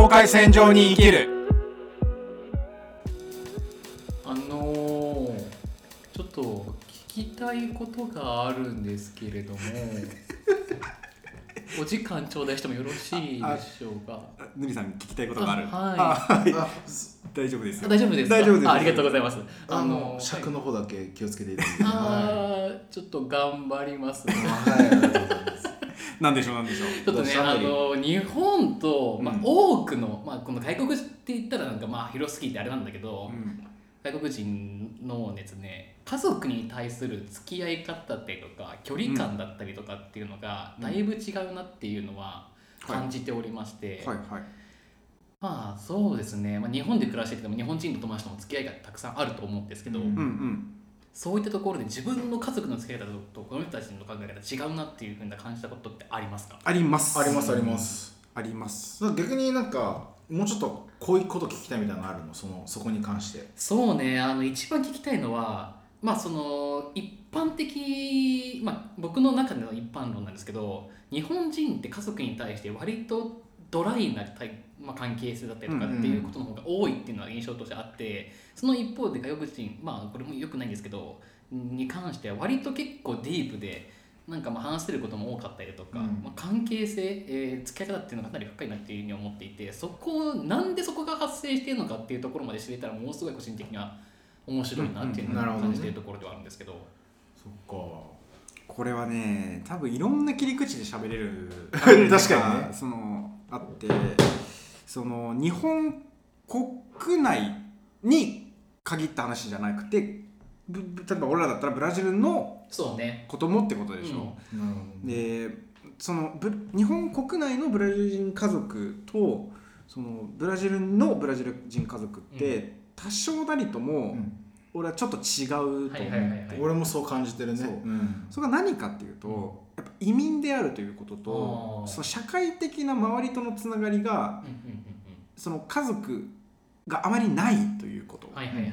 境界線上に生きる。 ちょっと聞きたいことがあるんですけれどもお時間頂戴してもよろしいでしょうか。 ぬりさん聞きたいことがある。 はい。 大丈夫ですよ。 大丈夫ですか。 大丈夫です。 ありがとうございます。 尺の方だけ気をつけていただいて。 ちょっと頑張りますね。 はい、ありがとうございます。 なんでしょう。 ちょっとね、日本と、多くの、この外国人って言ったらなんか広すぎてあれなんだけど、外国人のですね、家族に対する付き合い方だったりとか距離感だったりとかっていうのがだいぶ違うなっていうのは感じておりまして、そうですね、日本で暮らしていても日本人の友達とも付き合いがたくさんあると思うんですけど、そういったところで自分の家族の付き合い方とこの人たちの考え方違うなっていうふうな感じたことってありますか？ ありますありますありますあります。 逆になんかもうちょっとこういうこと聞きたいみたいなのあるの？そこに関して。 そうね、一番聞きたいのはその一般的、僕の中での一般論なんですけど、日本人って家族に対して割とドライな関係性だったりとかっていうことの方が多いっていうのは印象としてあって、その一方で外国人、これも良くないんですけどに関しては割と結構ディープでなんか話せることも多かったりとか、関係性、付き合い方っていうのがかなり深いなっていうふうに思っていて、なんでそこが発生しているのかっていうところまで知れたらものすごい個人的には面白いなっていうのを感じているところではあるんですけど、 そっか。 これはね、多分いろんな切り口で喋れる確かにね。 あって、日本国内に限った話じゃなくて、例えば俺らだったらブラジルの子供ってことでしょ。で、日本国内のブラジル人家族とブラジルのブラジル人家族って多少なりとも、俺はちょっと違うと思って、 俺もそう感じてるね。 それが何かっていうと、やっぱ移民であるということと、その社会的な周りとのつながりが、その家族があまりないということ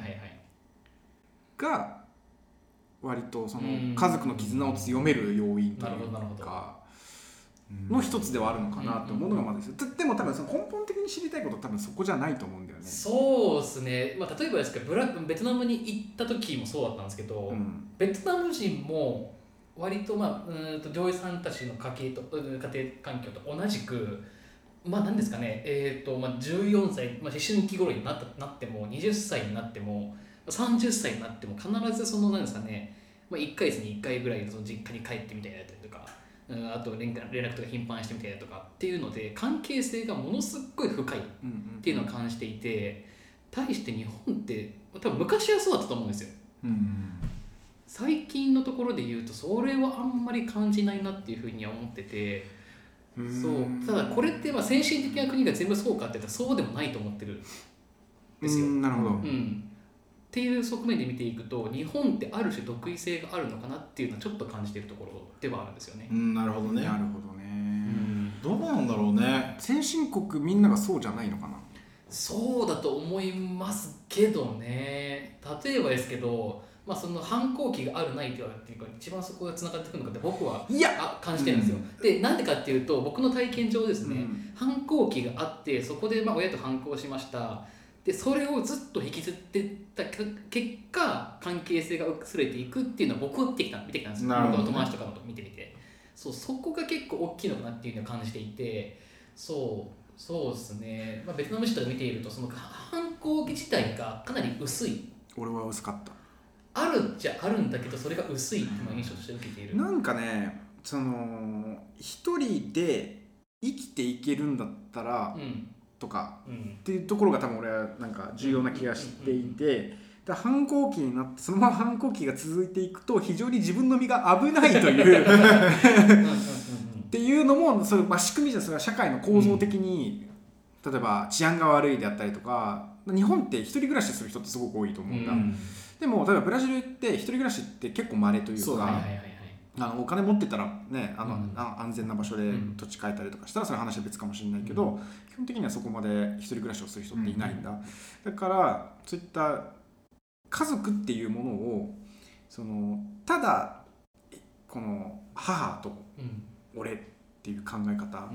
が割とその家族の絆を強める要因というかの一つではあるのかなと思うのがまずです。でも多分その根本的に知りたいことは多分そこじゃないと思うんだよね。 そうですね、例えばですけどベトナムに行った時もそうだったんですけど、ベトナム人も割と上位さんたちの家庭環境と同じく何ですかね、14歳、思春期頃になっても20歳になっても30歳になっても必ず何ですかね、1ヶ月に1回ぐらいその実家に帰ってみたいなだったりとか、あと連絡とか頻繁にしてみたいなとかっていうので関係性がものすごい深いっていうのを感じていて、対して日本って多分昔はそうだったと思うんですよ。最近のところで言うとそれはあんまり感じないなっていうふうには思ってて、ただこれって先進的な国が全部そうかって言ったらそうでもないと思ってるんですよ。 なるほど。 っていう側面で見ていくと日本ってある種独異性があるのかなっていうのはちょっと感じているところではあるんですよね。 なるほどね。どうなんだろうね。 先進国みんながそうじゃないのかな。 そうだと思いますけどね。例えばですけど、その反抗期があるないというか一番そこがつながってくるのかって僕は感じてるんですよ。でなんでかっていうと僕の体験上ですね、反抗期があってそこで親と反抗しました。でそれをずっと引きずってった結果関係性が薄れていくっていうのは僕は見てきたんですよ。僕の友達とかのと見てみて、そこが結構大きいのかなっていうのを感じていて、そうですね、ベトナム人が見ているとその反抗期自体がかなり薄い。 俺は薄かった。 あるっちゃあるんだけどそれが薄いっていうのを印象として受けている。 なんかね、一人で生きていけるんだったら、とか、っていうところが多分俺はなんか重要な気がしていて、反抗期になってそのまま反抗期が続いていくと非常に自分の身が危ないというっていうのもそれ、仕組みじゃそれは社会の構造的に、例えば治安が悪いであったりとか、日本って一人暮らしする人ってすごく多いと思うんだ。でも例えばブラジルって一人暮らしって結構稀というか、お金持ってたらね、安全な場所で土地買えたりとかしたらそれ話は別かもしれないけど、基本的にはそこまで一人暮らしをする人っていないんだ。だからそういった家族っていうものをただこの母と俺っていう考え方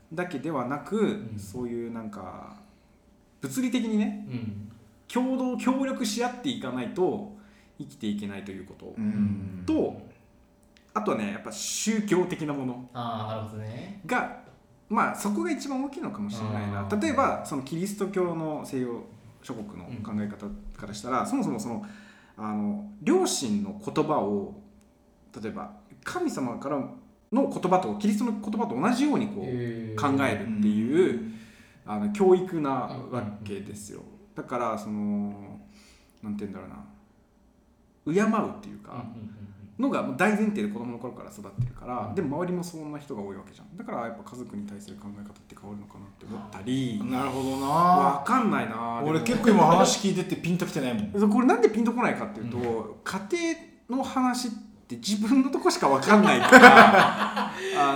だけではなく、そういうなんか物理的にね、協力し合っていかないと生きていけないということ、とあとはねやっぱ宗教的なものがまあそこが一番大きいのかもしれないな。例えばそのキリスト教の西洋諸国の考え方からしたら、そもそもその両親の言葉を例えば神様からの言葉とキリストの言葉と同じようにこう考えるっていう教育なわけですよ。だからそのなんて言うんだろうな、敬うっていうかのが大前提で子供の頃から育ってるから、でも周りもそんな人が多いわけじゃん。だからやっぱ家族に対する考え方って変わるのかなって思ったり。 なるほどな。 わかんないな。 俺結構今話聞いててピンときてないもん。 これなんでピンとこないかっていうと、家庭の話って自分のとこしかわかんないから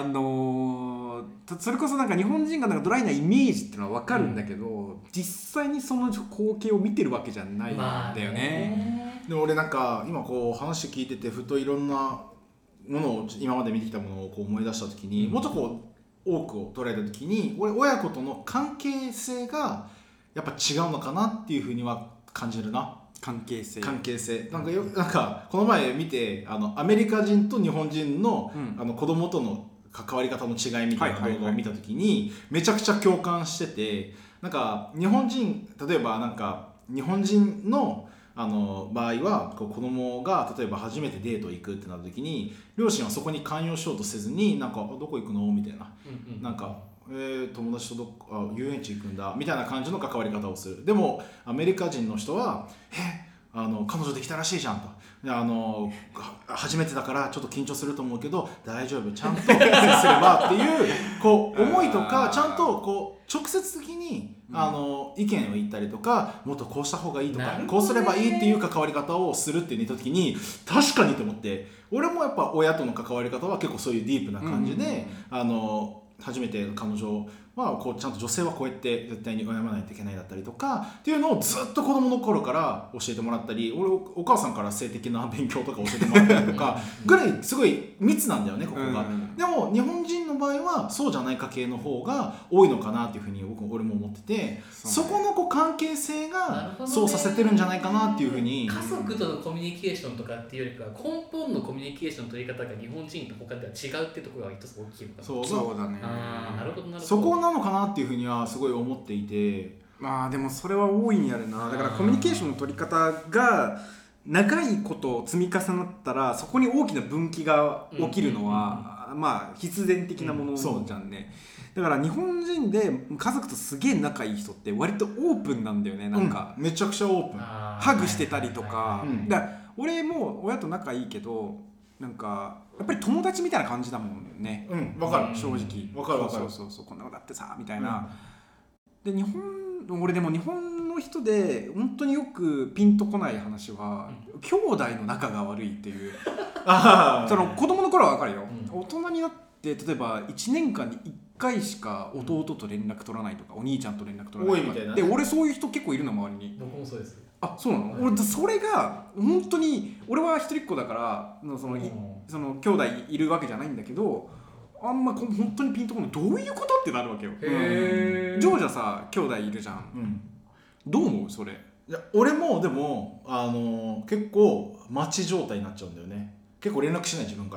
それこそなんか日本人がなんかドライなイメージっていうのはわかるんだけど、実際にその光景を見てるわけじゃないんだよね。 でも俺なんか今こう話聞いててふといろんなものを今まで見てきたものをこう思い出した時に、もっとこう多くを捉えた時に俺親子との関係性がやっぱ違うのかなっていうふうには感じるな。 関係性なんかこの前見てアメリカ人と日本人の、子供との関わり方の違いみたいな動画を見た時にめちゃくちゃ共感してて、なんか日本人例えばなんか日本人の場合はこう子供が例えば初めてデート行くってなった時に両親はそこに関与しようとせずになんかどこ行くのみたいな、なんか友達と遊園地行くんだみたいな感じの関わり方をする。でもアメリカ人の人は彼女できたらしいじゃんと、初めてだからちょっと緊張すると思うけど大丈夫ちゃんと接すればっていうこう思いとかちゃんとこう直接的に意見を言ったりとか、もっとこうした方がいいとか、こうすればいいっていう関わり方をするって言った時に確かにと思って、俺もやっぱ親との関わり方は結構そういうディープな感じで、初めて彼女はこうちゃんと女性はこうやって絶対に敬わないといけないだったりとかっていうのをずっと子供の頃から教えてもらったり、俺お母さんから性的な勉強とか教えてもらったりとかぐらいすごい密なんだよねここが。でも日本人の場合はそうじゃない家系の方が多いのかなっていうふうに俺も思ってて、そこのこう関係性がそうさせてるんじゃないかなっていうふうに。 家族とのコミュニケーションとかっていうよりかは根本のコミュニケーションの取り方が日本人と他では違うっていうところが一つ大きいのかな。 そうだね。 なるほどそこなのかなっていうふうにはすごい思っていて、 まあでもそれは大いにあるな。だからコミュニケーションの取り方が長いこと積み重なったらそこに大きな分岐が起きるのはまあ必然的なものじゃんね。だから日本人で家族とすげえ仲いい人って割とオープンなんだよね。なんか、 めちゃくちゃオープン、 ハグしてたりとか、だから俺も親と仲いいけどなんかやっぱり友達みたいな感じだもんね。 わかる、 正直わかるそうこんなことだってさみたいな、で俺でも日本の人で本当によくピンとこない話は、兄弟の仲が悪いっていうその子供の頃は分かるよ、大人になって例えば1年間に1回しか弟と連絡取らないとか、お兄ちゃんと連絡取らないとか、 多いみたいな、 で俺そういう人結構いるの周りに。 僕もそうです。 あ、そうなの？俺それが本当に俺は一人っ子だからその兄弟いるわけじゃないんだけど、あんま本当にピンとこない。どういうことってなるわけよ。ジョージはさ兄弟いるじゃん、どう思うそれ？ いや俺もでも結構待ち状態になっちゃうんだよね。結構連絡しない自分から。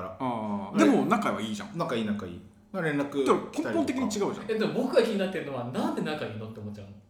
でも仲はいいじゃん。 仲いい連絡根本的に違うじゃん。 でも僕が気になってるのはなんで仲いいのって思っちゃうの。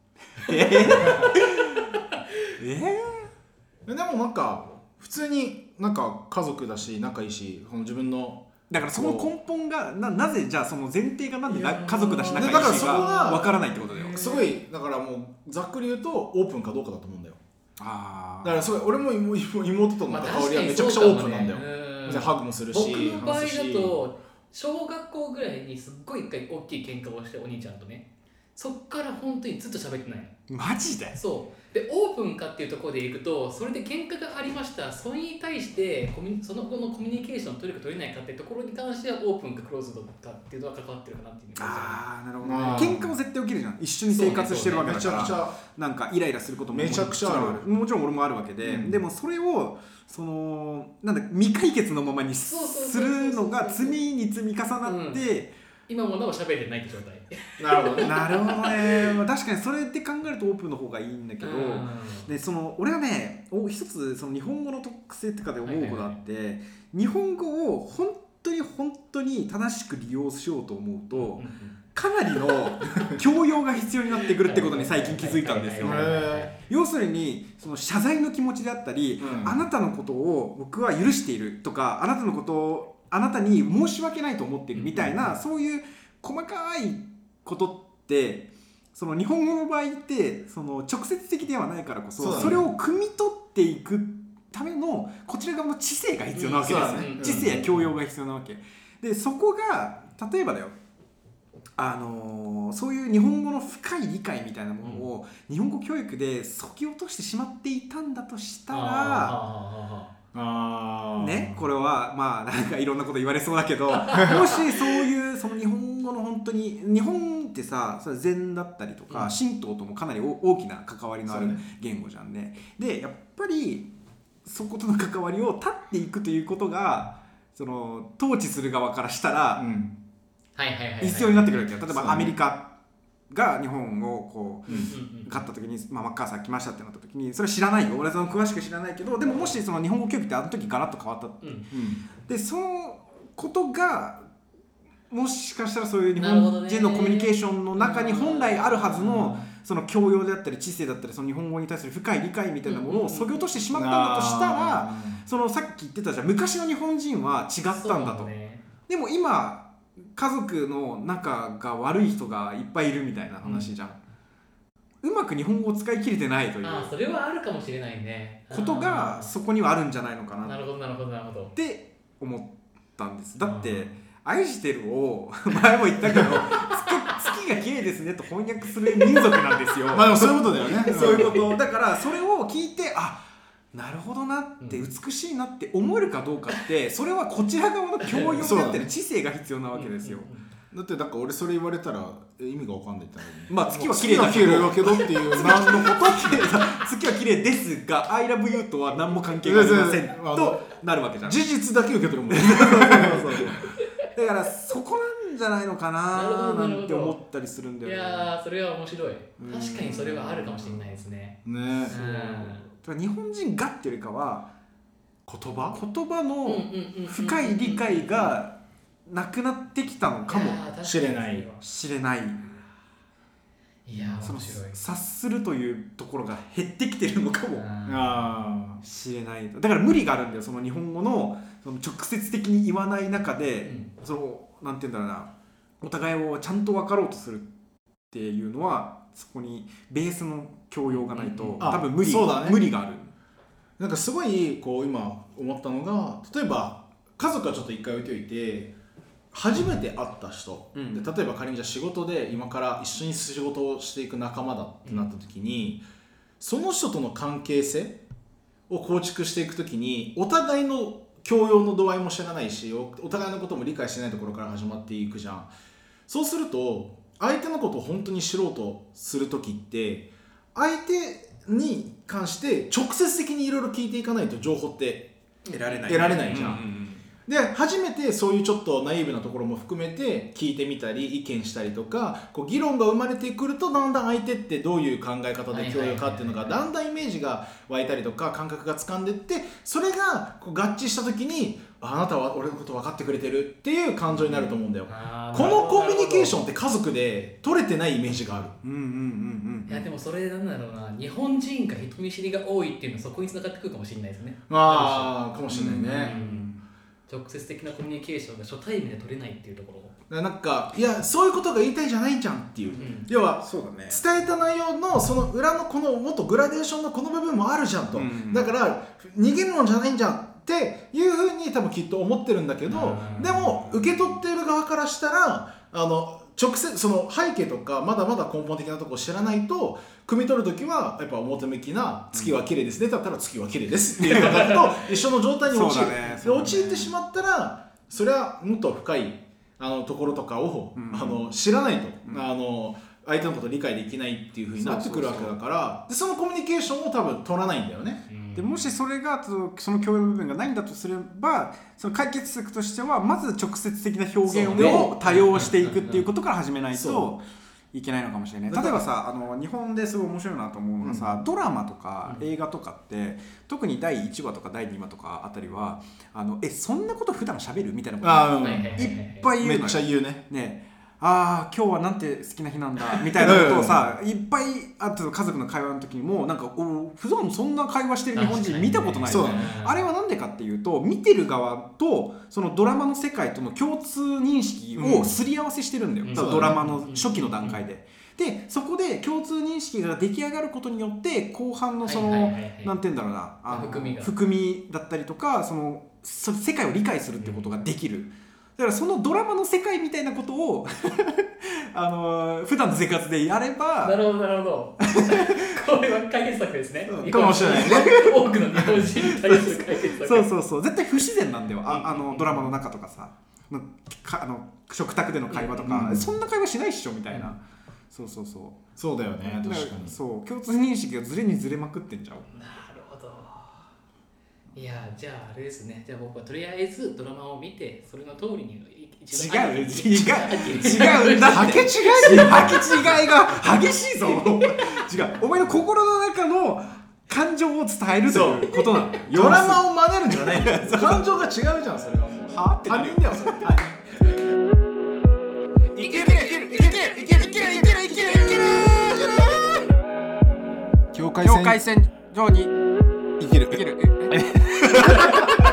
でもなんか普通になんか家族だし仲いいし、その自分のだからその根本がなぜじゃあその前提がなんで家族だし仲いいしが分からないってことだよ。 すごいだからもうざっくり言うとオープンかどうかだと思うんだよ。だからすごい俺も妹との関わりはめちゃくちゃオープンなんだよ。ハグもするし。 僕の場合だと小学校ぐらいにすっごい一回大きい喧嘩をしてお兄ちゃんとね、そっから本当にずっと喋ってない。 マジで？ そうでオープンかっていうところでいくと、それで喧嘩がありました、それに対してその後のコミュニケーションを取れるか取れないかっていうところに関してはオープンかクローズドかっていうのは関わってるかなっていう。 なるほどね。喧嘩も絶対起きるじゃん。一緒に生活してるわけだから、めちゃくちゃなんかイライラすることもめちゃくちゃある。 もちろん俺もあるわけで、でもそれをなんだ未解決のままにするのが積みに積み重なって、 今もなお喋れてないって状態。 なるほどなるほどね、まあ、確かにそれで考えるとオープンの方がいいんだけど、で俺はね一つその日本語の特性とかで思うことがあって、日本語を本当に正しく利用しようと思うと、かなりの教養が必要になってくるってことに最近気づいたんですよ。要するにその謝罪の気持ちであったり、あなたのことを僕は許しているとか、あなたのことをあなたに申し訳ないと思っているみたいな、そういう細かいことってその日本語の場合ってその直接的ではないからこそ、それを汲み取っていくためのこちら側の知性が必要なわけですね。知性や教養が必要なわけで、そこが例えばだよ、そういう日本語の深い理解みたいなものを日本語教育でそぎ落としてしまっていたんだとしたらね、これはまあなんかいろんなこと言われそうだけどもしそういうその日本語の本当に日本ってさ、それ禅だったりとか神道ともかなり大きな関わりのある言語じゃんね。でやっぱりそことの関わりを断っていくということがその統治する側からしたら必要になってくるわけよ。例えばアメリカが日本をこう勝った時に、マッカーサー来ましたってなった時に、それ知らないよ、俺はその詳しく知らないけど、でももしその日本語教育ってあの時ガラッと変わったって、でそのことがもしかしたらそういう日本人のコミュニケーションの中に本来あるはずのその教養であったり知性だったり、その日本語に対する深い理解みたいなものを削ぎ落としてしまったんだとしたら、そのさっき言ってたじゃん、昔の日本人は違ったんだと。でも今家族の仲が悪い人がいっぱいいるみたいな話じゃん、うまく日本語を使い切れてないというそれはあるかもしれないねことがそこにはあるんじゃないのかなって思ったんです。だって愛してるを前も言ったけど月が綺麗ですねと翻訳する民族なんですよまあでもそういうことだよねそういうことだから、それを聞いてなるほどなって美しいなって思えるかどうかってそれはこちら側の教養であったり知性が必要なわけですよ。 だってなんか俺それ言われたら意味が分かんないってまあ月は綺麗だけどっていう何のことって月は綺麗ですが I love you とは何も関係がありませんとなるわけじゃん。 事実だけ受け取るもんだからそこなんじゃないのかななんて思ったりするんだよね。 いやそれは面白い。確かにそれはあるかもしれないですね。 日本人がっていうよりかは言葉の深い理解がなくなってきたのかもしれない。 いやその察するというところが減ってきてるのかもしれない。だから無理があるんだよ、その日本語のその直接的に言わない中で、そのなんていうんだろうな、お互いをちゃんと分かろうとするっていうのはそこにベースの教養がないと多分無理がある。 なんかすごいこう今思ったのが、例えば家族はちょっと一回置いておいて初めて会った人、で例えば仮にじゃあ仕事で今から一緒に仕事をしていく仲間だってなった時に、その人との関係性を構築していく時にお互いの教養の度合いも知らないし、お互いのことも理解してないところから始まっていくじゃん。そうすると相手のことを本当に知ろうとする時って相手に関して直接的にいろいろ聞いていかないと情報って得られないじゃん。で初めてそういうちょっとナイーブなところも含めて聞いてみたり意見したりとか、こう議論が生まれてくるとだんだん相手ってどういう考え方で共有かっていうのがだんだんイメージが湧いたりとか感覚がつかんでって、それがこう合致した時にあなたは俺のこと分かってくれてるっていう感情になると思うんだよ。このコミュニケーションって家族で取れてないイメージがある。 いやでもそれなんだろうな、日本人が人見知りが多いっていうのはそこに繋がってくるかもしれないですね。 かもしれないね。 直接的なコミュニケーションが初対面で取れないっていうところ。 なんかいやそういうことが言いたいじゃないじゃんっていう、要はそうだね、伝えた内容のその裏のこのもっとグラデーションのこの部分もあるじゃんと、だから逃げるのじゃないんじゃんっていうふうに多分きっと思ってるんだけど、でも受け取っている側からしたら直接その背景とかまだまだ根本的なところを知らないと汲み取るときはやっぱ表向きな月は綺麗ですねだったら月は綺麗ですっていう感覚と一緒の状態に陥る。で陥ってしまったらそれはもっと深いところとかを知らないと相手のことを理解できないっていう風になってくるわけだから、でそのコミュニケーションを多分取らないんだよね。 でもしそれがその共有部分がないんだとすれば、その解決策としてはまず直接的な表現を多用していくっていうことから始めないといけないのかもしれない。例えばさ、日本ですごい面白いなと思うのがさ、ドラマとか映画とかって、特に第1話とか第2話とかあたりはそんなこと普段喋るみたいなこといっぱい言うのよ。 めっちゃ言うね。 今日はなんて好きな日なんだみたいなことをさいっぱいあと家族の会話の時にもなんか普段そんな会話してる日本人見たことないよね。あれはなんでかっていうと、見てる側とそのドラマの世界との共通認識をすり合わせしてるんだよ、ドラマの初期の段階で。でそこで共通認識が出来上がることによって後半のそのなんて言うんだろうな、含みだったりとかその世界を理解するってことができる。だからそのドラマの世界みたいなことを普段の生活でやれば。 なるほどなるほどこれは解決策ですね、 かもしれないね。 多くの日本人に対する解決策そう絶対不自然なんだよ、ドラマの中とかさ食卓での会話とか、そんな会話しないっしょみたいな、 そうだよね。確かにそう共通認識がずれにずれまくってんじゃん。 なるほど。いやじゃああれですね、じゃあ僕はとりあえずドラマを見てそれの通りに違うだって履き違いが激しいぞ違う、お前の心の中の感情を伝えるということなの。 ドラマを真似るんじゃないんだよ。感情が違うじゃんそれは。もう他人だよそれ。いける境界線上に生きる